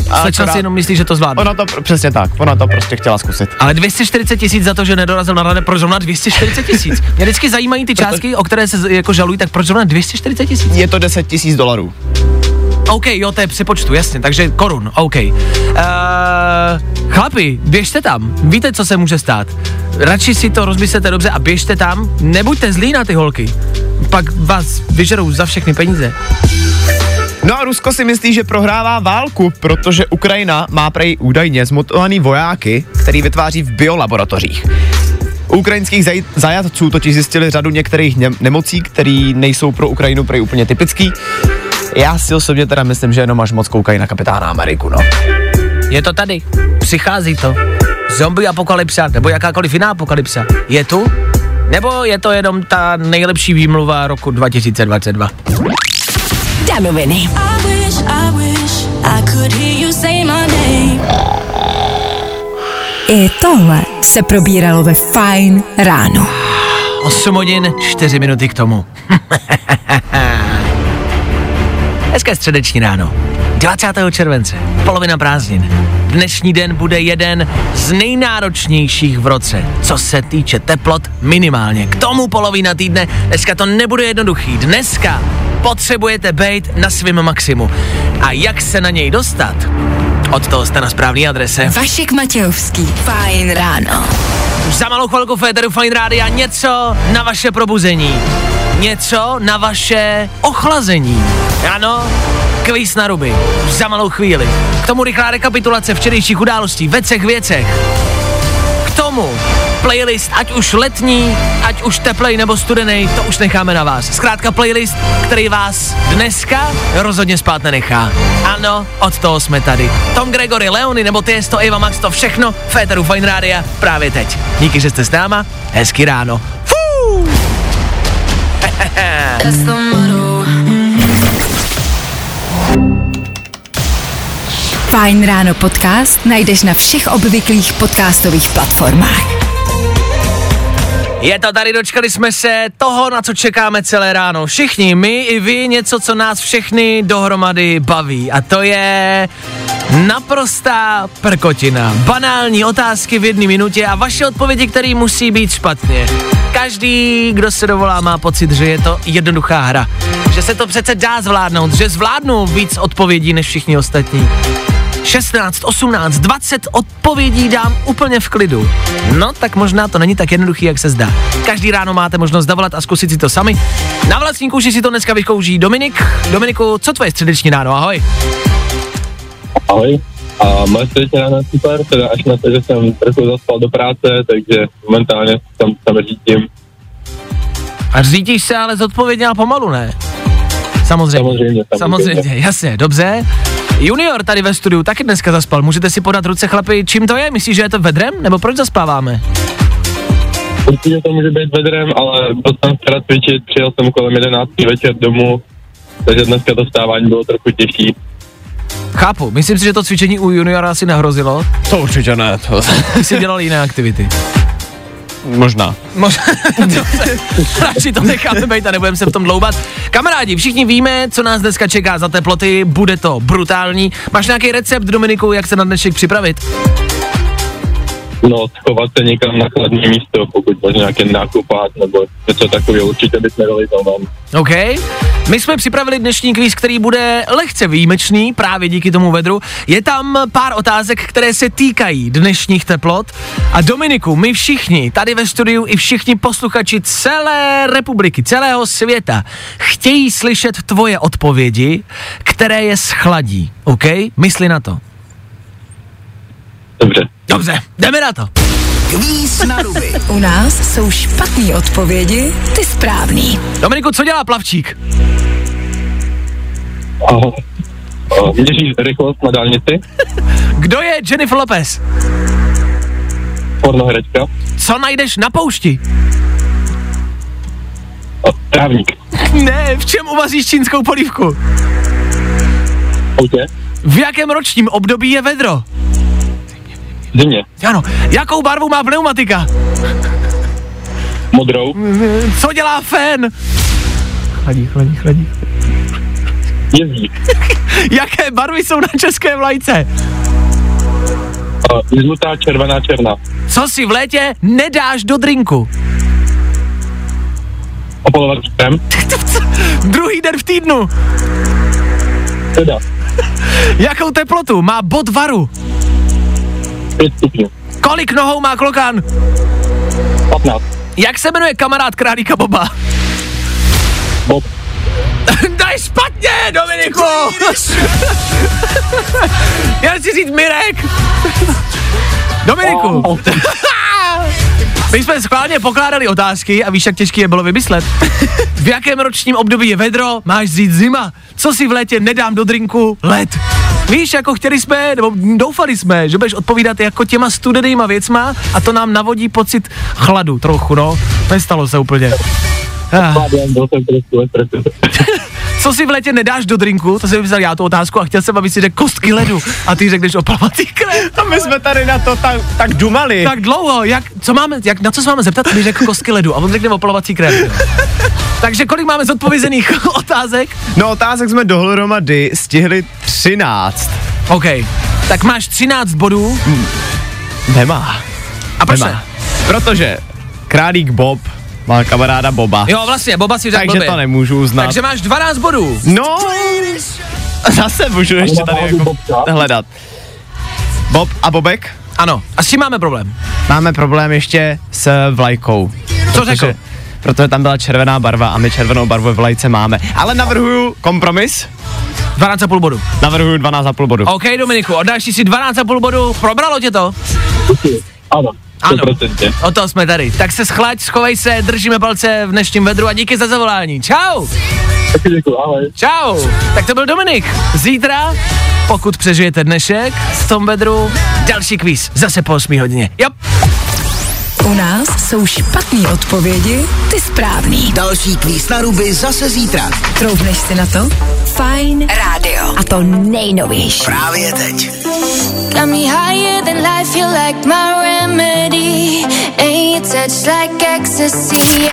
Slečna si jenom myslí, že to zvládne. Ona to, přesně tak, ona to prostě chtěla zkusit. Ale dvě stě čtyřicet tisíc za to, že nedorazil na rande, proč zrovna dvě stě čtyřicet tisíc? Mě vždycky zajímají ty částky, o které se jako žalují, tak proč zrovna dvě stě čtyřicet tisíc? Je to deset tisíc dolarů. OK, jo, to je přepočtu, jasně, takže korun, OK. Uh, chlapi, běžte tam, víte, co se může stát. Radši si to rozmyslete dobře a běžte tam, nebuďte zlí na ty holky. Pak vás vyžerou za všechny peníze. No a Rusko si myslí, že prohrává válku, protože Ukrajina má prej údajně zmutovaný vojáky, který vytváří v biolaboratořích. U ukrajinských zaj- zajatců totiž zjistili řadu některých ne- nemocí, které nejsou pro Ukrajinu prej úplně typický. Já si osobně teda myslím, že jenom až moc koukají na Kapitána Ameriku, no. Je to tady, přichází to. Zombie apokalypsa, nebo jakákoliv jiná apokalypsa. Je tu? Nebo je to jenom ta nejlepší výmluva roku dva tisíce dvacet dva? Danoviny. I tohle se probíralo ve Fajn ráno. osm hodin, čtyři minuty k tomu. Dneska je středeční ráno, dvacátého července, polovina prázdnin. Dnešní den bude jeden z nejnáročnějších v roce, co se týče teplot minimálně. K tomu polovina týdne, dneska to nebude jednoduchý. Dneska potřebujete být na svém maximu. A jak se na něj dostat? Od toho jste na správné adrese. Vašek Matějovský, Fajn ráno. Už za malou chvilku Féteru Fajn rádia něco na vaše probuzení. Něco na vaše ochlazení. Ano, kvíz na ruby. Už za malou chvíli. K tomu rychlá rekapitulace včerejších událostí ve třech věcech. K tomu playlist, ať už letní, ať už teplej nebo studený, to už necháme na vás. Zkrátka playlist, který vás dneska rozhodně spát nenechá. Ano, od toho jsme tady. Tom Gregory, Leony nebo Tiesto, Eva Max, to všechno Féteru Fajn rádia právě teď. Díky, že jste s náma, hezky ráno. Fuu! Fajn ráno podcast najdeš na všech obvyklých podcastových platformách. Je to tady, dočkali jsme se toho, na co čekáme celé ráno. Všichni, my i vy, něco, co nás všechny dohromady baví. A to je naprostá prkotina. Banální otázky v jedné minutě a vaše odpovědi, které musí být špatně. Každý, kdo se dovolá, má pocit, že je to jednoduchá hra. Že se to přece dá zvládnout, že zvládnu víc odpovědí než všichni ostatní. šestnáct, osmnáct, dvacet odpovědí dám úplně v klidu. No, tak možná to není tak jednoduchý, jak se zdá. Každý ráno máte možnost zavolat a zkusit si to sami. Na vlastní kůži si to dneska vyzkouší Dominik. Dominiku, co tvoje středeční ráno? Ahoj. Ahoj. A moje středeční ráno je super, teda až na to, že jsem trochu zaspal do práce, takže momentálně tam, tam řídím. A řídíš se ale zodpovědně a pomalu, ne? Samozřejmě. Samozřejmě, samozřejmě. Samozřejmě, jasně, dobře. Junior tady ve studiu taky dneska zaspal. Můžete si podat ruce, chlapi, čím to je? Myslíš, že je to vedrem? Nebo proč zaspáváme? Určitě to může být vedrem, ale byl jsem včera cvičit, přijel jsem kolem jedenácti večer domů, takže dneska to vstávání bylo trochu těžší. Chápu, myslím si, že to cvičení u juniora asi nehrozilo. To určitě ne. To... Jsi dělal jiné aktivity. Možná. Možná, radši to necháme být a nebudeme se v tom dloubat. Kamarádi, všichni víme, co nás dneska čeká za teploty, bude to brutální. Máš nějaký recept, Dominiku, jak se na dnešek připravit? No, schovat se někam na chladné místo, pokud možná nějaký nákupat nebo něco takového, určitě bys nedali tam vám. OK. My jsme připravili dnešní kvíz, který bude lehce výjimečný, právě díky tomu vedru. Je tam pár otázek, které se týkají dnešních teplot. A Dominiku, my všichni, tady ve studiu i všichni posluchači celé republiky, celého světa, chtějí slyšet tvoje odpovědi, které je schladí. OK? Mysli na to. Dobře. Dobře, jdeme na to. Kvíz na ruby. U nás jsou špatné odpovědi, ty správný. Dominiku, co dělá plavčík? Aha. Měříš rychlost na dálnici? Kdo je Jennifer Lopez? Pornoherečka. Co najdeš na poušti? Trávník. Ne, v čem uvaříš čínskou polívku? Autě. V jakém ročním období je vedro? Zimě. Ano, jakou barvu má pneumatika? Modrou. Co dělá fén? Chladí, chladí, chladí. Jezdí. Jaké barvy jsou na české vlajce? Uh, žlutá, červená, černá. Co si v létě nedáš do drinku? Opalovací krém. Druhý den v týdnu. Teda. Jakou teplotu má bod varu? pět stupňů. Kolik nohou má klokan? patnáct. Jak se jmenuje kamarád králíka Boba? Bob. Daj špatně, Dominiku! Já chci říct Mirek. Dominiku. Oh. My jsme schválně pokládali otázky a víš, jak těžký je bylo vymyslet. V jakém ročním období je vedro, máš říct zima. Co si v létě nedám do drinku? Led. Víš, jako chtěli jsme, nebo doufali jsme, že budeš odpovídat jako těma studenýma věcma a to nám navodí pocit chladu trochu, no. Nestalo se úplně. Ah. Co si v létě nedáš do drinku, to jsem vypsal já tu otázku a chtěl jsem, aby si řekl kostky ledu a ty řekneš opalovací krém. A my jsme tady na to tak, tak dumali. Tak dlouho, jak, co máme, jak, na co se máme zeptat, aby řekl kostky ledu a on řekne opalovací krém. Takže kolik máme zodpovězených otázek? No otázek jsme dohromady stihli třináct. OK, tak máš třináct bodů. Hmm. Nemá. A proč Nemá. ne? Protože králík Bob má kamaráda Boba. Jo, vlastně, Boba si řekl Takže blbě. to nemůžu uznat. Takže máš dvanáct bodů. No, zase můžu ještě tady jako hledat. Bob a Bobek? Ano, a s čím máme problém? Máme problém ještě s vlajkou. Co protože, řekl? Protože tam byla červená barva a my červenou barvu ve vlajce máme. Ale navrhuju kompromis. dvanáct a půl bodu. Navrhuju dvanáct a půl bodu. OK, Dominiku, oddáš si dvanáct a půl bodu, probralo tě to? Ano. Ano, o to jsme tady. Tak se schlaď, schovej se, držíme palce v dnešním vedru a díky za zavolání. Čau! Taky děkuji, ahoj. Čau! Tak to byl Dominik. Zítra, pokud přežijete dnešek v tom vedru, další kvíz, zase po osmé hodině. Jo. U nás jsou špatný odpovědi, ty správný. Další kvíz na ruby zase zítra. Troufneš si na to? Fajn rádio. A to nejnovější. Právě teď. Got me higher than life, you like my remedy. Ain't your touch like ecstasy.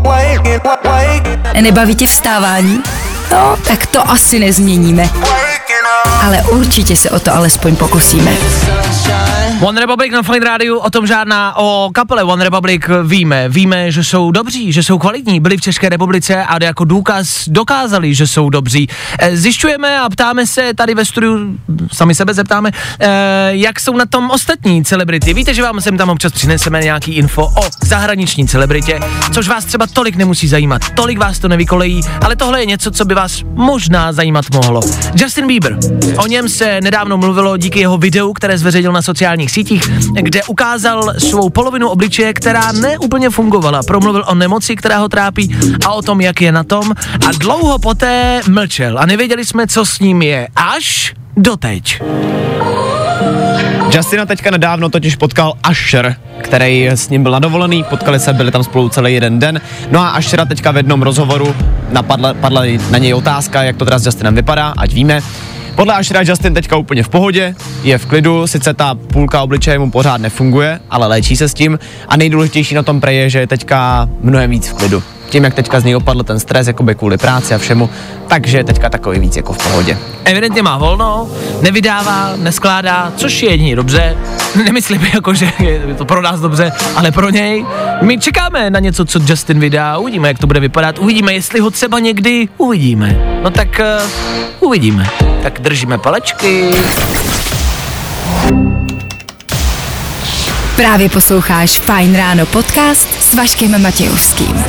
Nebaví tě vstávání? No, tak to asi nezměníme. Ale určitě se o to alespoň pokusíme. One Republic na Fine Rádiu, o tom žádná, o kapele One Republic víme. Víme, že jsou dobří, že jsou kvalitní, byli v České republice a jako důkaz dokázali, že jsou dobří. Zjišťujeme a ptáme se tady ve studiu, sami sebe zeptáme, jak jsou na tom ostatní celebrity. Víte, že vám sem tam občas přineseme nějaký info o zahraniční celebritě, což vás třeba tolik nemusí zajímat, tolik vás to nevykolejí, ale tohle je něco, co by vás možná zajímat mohlo. Justin Bieber, o něm se nedávno mluvilo díky jeho videu, které zveřejnil na sociálních sítích, kde ukázal svou polovinu obličeje, která neúplně fungovala. Promluvil o nemoci, která ho trápí a o tom, jak je na tom a dlouho poté mlčel a nevěděli jsme, co s ním je, až doteď. Justina teďka nedávno totiž potkal Usher, který s ním byl nadovolený, potkali se, byli tam spolu celý jeden den. No a Ushera teďka v jednom rozhovoru napadla padla na něj otázka, jak to teda s Justinem vypadá, ať víme. Podle Ushera Justin teďka úplně v pohodě, je v klidu, sice ta půlka obličeje mu pořád nefunguje, ale léčí se s tím a nejdůležitější na tom prej je, že je teďka mnohem víc v klidu. Tím, jak teďka z něj opadl ten stres, jakoby kvůli práci a všemu, takže je teďka takový víc jako v pohodě. Evidentně má volno, nevydává, neskládá, což je jedině dobře. Nemyslím jako, že je to pro nás dobře, ale pro něj. My čekáme na něco, co Justin vydá, uvidíme, jak to bude vypadat, uvidíme, jestli ho třeba někdy uvidíme. No tak uh, uvidíme. Tak držíme palečky. Právě posloucháš Fajn ráno podcast s Vaškem Matějovským.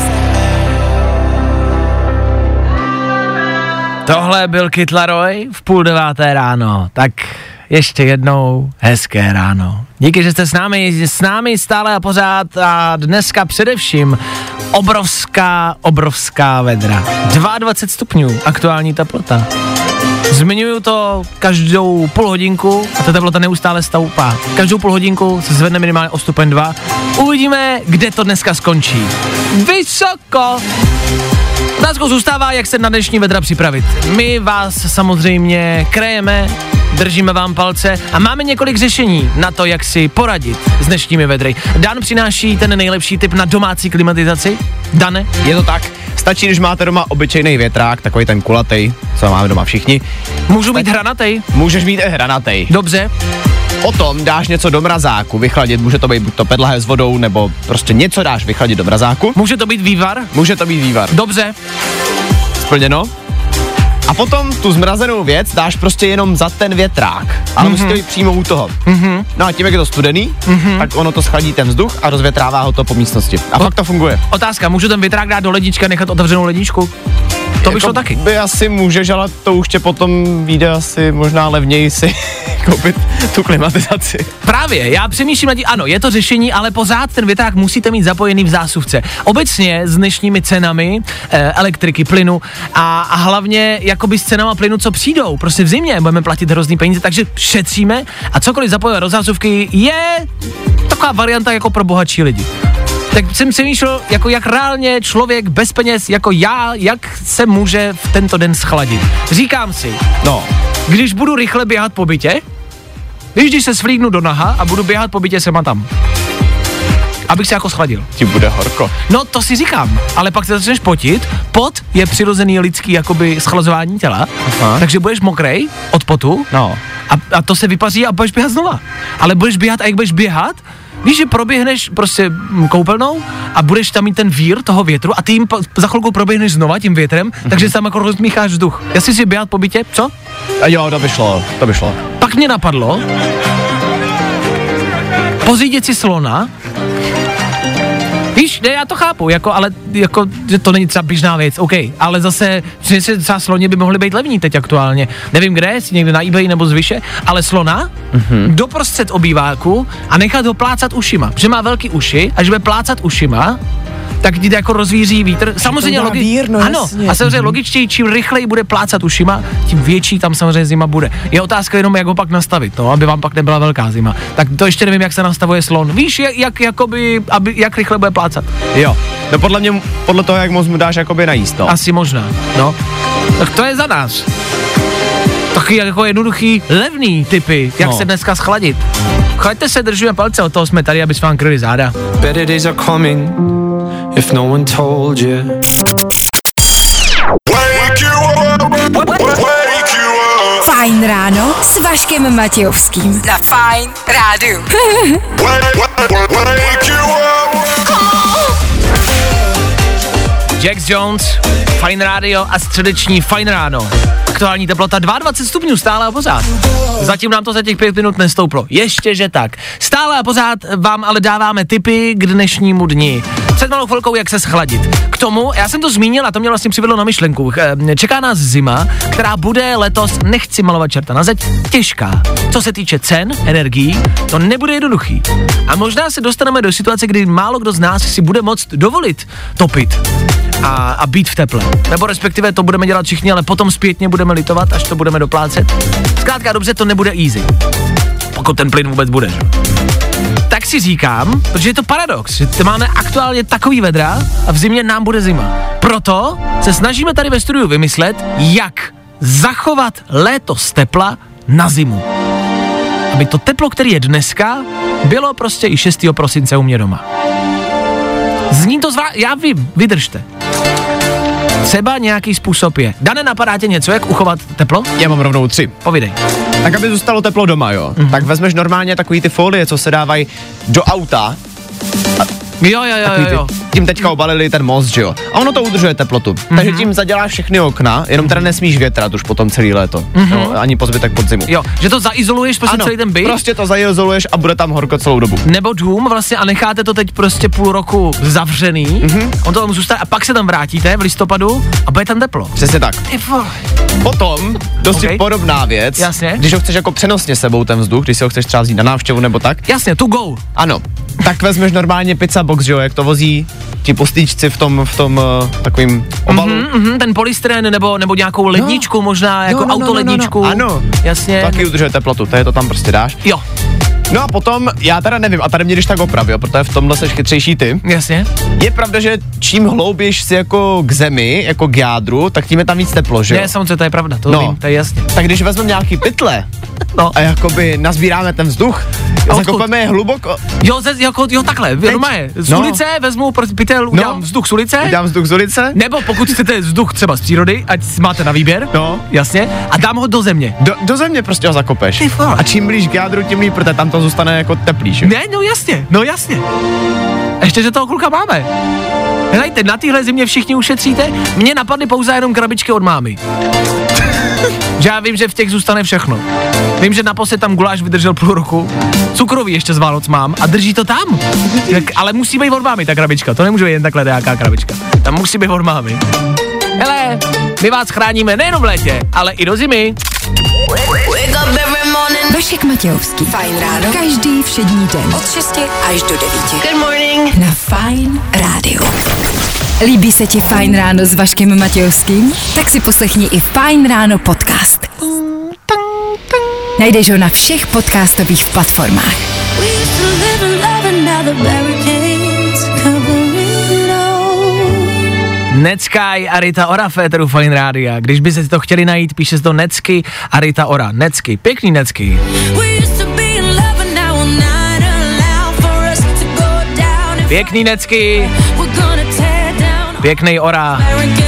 Tohle byl Kid Laroi v půl deváté ráno, tak ještě jednou hezké ráno. Díky, že jste s námi, s námi stále a pořád a dneska především obrovská, obrovská vedra. dvacet dva stupňů aktuální teplota. Zmiňuju to každou půl hodinku a ta teplota neustále stoupá. Každou půl hodinku se zvedne minimálně o stupeň dva. Uvidíme, kde to dneska skončí. Vysoko! Otázkou zůstává, jak se na dnešní vedra připravit. My vás samozřejmě krejeme, držíme vám palce a máme několik řešení na to, jak si poradit s dnešními vedry. Dan přináší ten nejlepší tip na domácí klimatizaci. Dane? Je to tak. Stačí, když máte doma obyčejný větrák, takový ten kulatý, co máme doma všichni. Můžu mít hranatej? Můžeš mít i hranatej. Dobře. Potom dáš něco do mrazáku, vychladit, může to být buď to pedlahe s vodou, nebo prostě něco dáš vychladit do mrazáku. Může to být vývar? Může to být vývar. Dobře. Splněno. A potom tu zmrazenou věc dáš prostě jenom za ten větrák, ale mm-hmm. musí to být přímo u toho. Mm-hmm. No a tím, jak je to studený, mm-hmm. tak ono to schladí ten vzduch a rozvětrává ho to po místnosti. A o, fakt to funguje. Otázka, můžu ten větrák dát do ledničky a nechat otevřenou ledničku? To by jako šlo taky. By asi můžeš, ale to už tě potom vyjde asi možná levněji si koupit tu klimatizaci. Právě, já přemýšlím nad tím, ano, je to řešení, ale pořád ten větrák musíte mít zapojený v zásuvce. Obecně s dnešními cenami e, elektriky, plynu a, a hlavně jakoby s cenama plynu, co přijdou. Prostě v zimě budeme platit hrozný peníze, takže šetříme a cokoliv zapojíme do zásuvky je taková varianta jako pro bohatší lidi. Tak jsem si myšlel, jako jak reálně člověk bez peněz, jako já, jak se může v tento den schladit. Říkám si, no, když budu rychle běhat po bytě, víš, když se svlíknu do naha a budu běhat po bytě sem a tam, abych se jako schladil. Ti bude horko. No to si říkám, ale pak se začneš potit, pot je přirozený lidský jakoby schlazování těla, aha, takže budeš mokrej od potu, no, a, a to se vypaří a budeš běhat znova. Ale budeš běhat a jak budeš běhat, víš, že proběhneš prostě koupelnou a budeš tam mít ten vír toho větru a ty jim za chvilku proběhneš znova tím větrem, mm-hmm. takže tam jako rozmícháš vzduch. Jestli si běhat po bytě, co? A jo, to by šlo, to by šlo. Pak mě napadlo pořídit si slona. Víš, ne, já to chápu, jako, ale jako, že to není třeba běžná věc, OK, ale zase, že se třeba sloně by mohly být levní teď aktuálně. Nevím kde, jestli někde na eBay nebo zvyše, ale slona mm-hmm. doprostřed obýváku a nechat ho plácat ušima, že má velký uši a že bude plácat ušima, tak ti jako rozvíří vítr. Samozřejmě logicky. No, ano, jasně. A samozřejmě logičtěji, čím rychleji bude plácat ušima, tím větší tam samozřejmě zima bude. Je otázka jenom, jak ho pak nastavit, no, aby vám pak nebyla velká zima. Tak to ještě nevím, jak se nastavuje slon. Víš, jak, jak, jakoby, aby, jak rychle bude plácat? Jo, no podle mě, podle toho, jak moc mu dáš jakoby najíst, no. Asi možná, no. Tak to je za nás. Taky jako jednoduchý, levný typy, jak no. se dneska schladit. Chlaďte se, držíme palce, od toho jsme tady, aby jsme vám kryli záda. Better days are coming. If no one told you. Wake you up, wake you up. Fajn ráno s Vaškem Matějovským. Na Fajn rádiu. Jax Jones, Fajn rádio a středeční Fajn ráno. Aktuální teplota dvacet dva stupňů stále a pořád. Zatím nám to za těch pět minut nestouplo. Ještě, že tak. Stále a pořád vám ale dáváme tipy k dnešnímu dni. Před malou chvilkou, jak se schladit. K tomu, já jsem to zmínil a to mě vlastně přivedlo na myšlenku. Čeká nás zima, která bude letos, nechci malovat čerta na zeď, těžká. Co se týče cen, energií, to nebude jednoduchý. A možná se dostaneme do situace, kdy málo kdo z nás si bude moct dovolit topit a, a být v teple. Nebo respektive to budeme dělat všichni, ale potom zpětně budeme litovat, až to budeme doplácet. Zkrátka dobře, to nebude easy. Pokud ten plyn vůbec bude, že? Tak si říkám, protože je to paradox, že máme aktuálně takový vedra a v zimě nám bude zima. Proto se snažíme tady ve studiu vymyslet, jak zachovat léto z tepla na zimu. Aby to teplo, které je dneska, bylo prostě i šestého prosince u mě doma. Zní to zvá... Já vím, vydržte. Třeba nějaký způsob je. Dane, napadá tě něco, jak uchovat teplo? Já mám rovnou tři. Povídej. Tak aby zůstalo teplo doma, jo. Mm-hmm. Tak vezmeš normálně takový ty folie, co se dávají do auta. A Jo, jo, jo, jo, jo. Tím teďka obalili ten most, že jo. A ono to udržuje teplotu. Mm-hmm. Takže tím zaděláš všechny okna, jenom teda nesmíš větrat už potom celý léto. Mm-hmm. Jo, ani po zbytek podzimu. Jo, že to zaizoluješ prostě ano, celý ten byt? Prostě to zaizoluješ a bude tam horko celou dobu. Nebo dům vlastně a necháte to teď prostě půl roku zavřený. Mm-hmm. On to tam zůstane a pak se tam vrátíte v listopadu a bude tam teplo. Přesně tak. Potom dosti okay. podobná věc. Jasně. Když ho chceš jako přenosně sebou ten vzduch, když si ho chceš třeba vzít na návštěvu nebo tak. Jasně, to go. Ano. Tak vezmeš normálně pizza box, že jo, jak to vozí ti postičci v tom, v tom uh, takovým obalu. Mm-hmm, mm-hmm, ten polystyrén nebo, nebo nějakou ledničku no. možná, jako no, no, autoledničku. No, no, no, no. Ano. Jasně. Taky udržuje teplotu, to je to tam prostě dáš. Jo. No a potom, já teda nevím, a tady mě když tak opravil, protože v tomhle seš chytřejší ty. Jasně. Je pravda, že čím hloubějš si jako k zemi, jako k jádru, tak tím je tam víc teplo, že jo? Ne, samozřejmě, to je pravda, to no. vím, to je jasně. Tak když vezmeme nějaký pytle no. A jakoby nazbíráme ten vzduch, zakopeme je hluboko. Jo, ze, jako, jo takhle, normálně, z no. ulice vezmu, prostě pytel, udělám no. vzduch z ulice. Udělám vzduch z ulice. Nebo pokud chcete vzduch třeba z přírody, ať máte na výběr, no. jasně, a dám ho do země. Do, do země prostě ho zakopeš. A čím blíž k jádru, tím líp, protože tam to zůstane jako teplý, že? Ne, no jasně, no jasně. Ještě, že toho kluka máme. Helejte, na téhle zimě všichni ušetříte, mně napadly pouze jenom krabičky od mámy. Že já vím, že v těch zůstane všechno. Vím, že naposled tam guláš vydržel půl roku, cukrový ještě z Vánoc mám a drží to tam. Tak, ale musí být od mámy ta krabička, to nemůže být jen takhle nějaká krabička. Tam musí být od mámy. Hele, my vás chráníme nejenom v létě, ale i do zimy. Vašek Matějovský. Fajn ráno. Každý všední den. Od šesti až do devíti. Good morning. Na Fajn rádiu. Líbí se ti Fajn ráno s Vaškem Matějovským? Tak si poslechni i Fajn ráno podcast. Najdeš ho na všech podcastových platformách. Neckai a Rita Ora v éteru Fajn rádia. Když by se to chtěli najít, píše se to Necky a Rita Ora. Necky, pěkný Necky. Pěkný Necky. Pěkný Ora.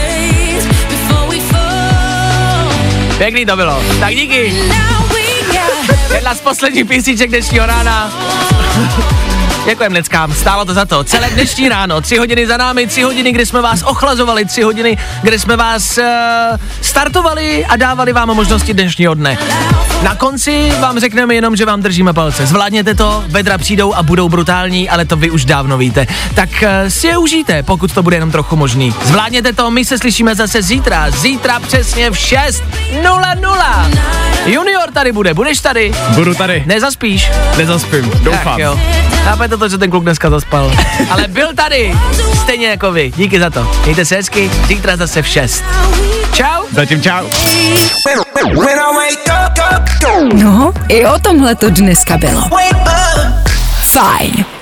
Pěkný to bylo. Tak díky. Jedna z posledních písniček dnešního rána. Děkujem Neckám, stálo to za to. Celé dnešní ráno, tři hodiny za námi, tři hodiny, kdy jsme vás ochlazovali, tři hodiny, kdy jsme vás uh, startovali a dávali vám možnosti dnešního dne. Na konci vám řekneme jenom, že vám držíme palce. Zvládněte to, vedra přijdou a budou brutální, ale to vy už dávno víte. Tak uh, si je užijte, pokud to bude jenom trochu možný. Zvládněte to, my se slyšíme zase zítra. Zítra přesně v šest nula nula. Junior tady bude, budeš tady? Budu tady. Nezaspíš? Nezaspím, doufám. Tak jo. Chápete to, že ten kluk dneska zaspal. Ale byl tady, stejně jako vy. Díky za to. Mějte se hezky, zítra zase v šest. Čau. Zatím čau. No, i o tomhle to dneska bylo. Fajn.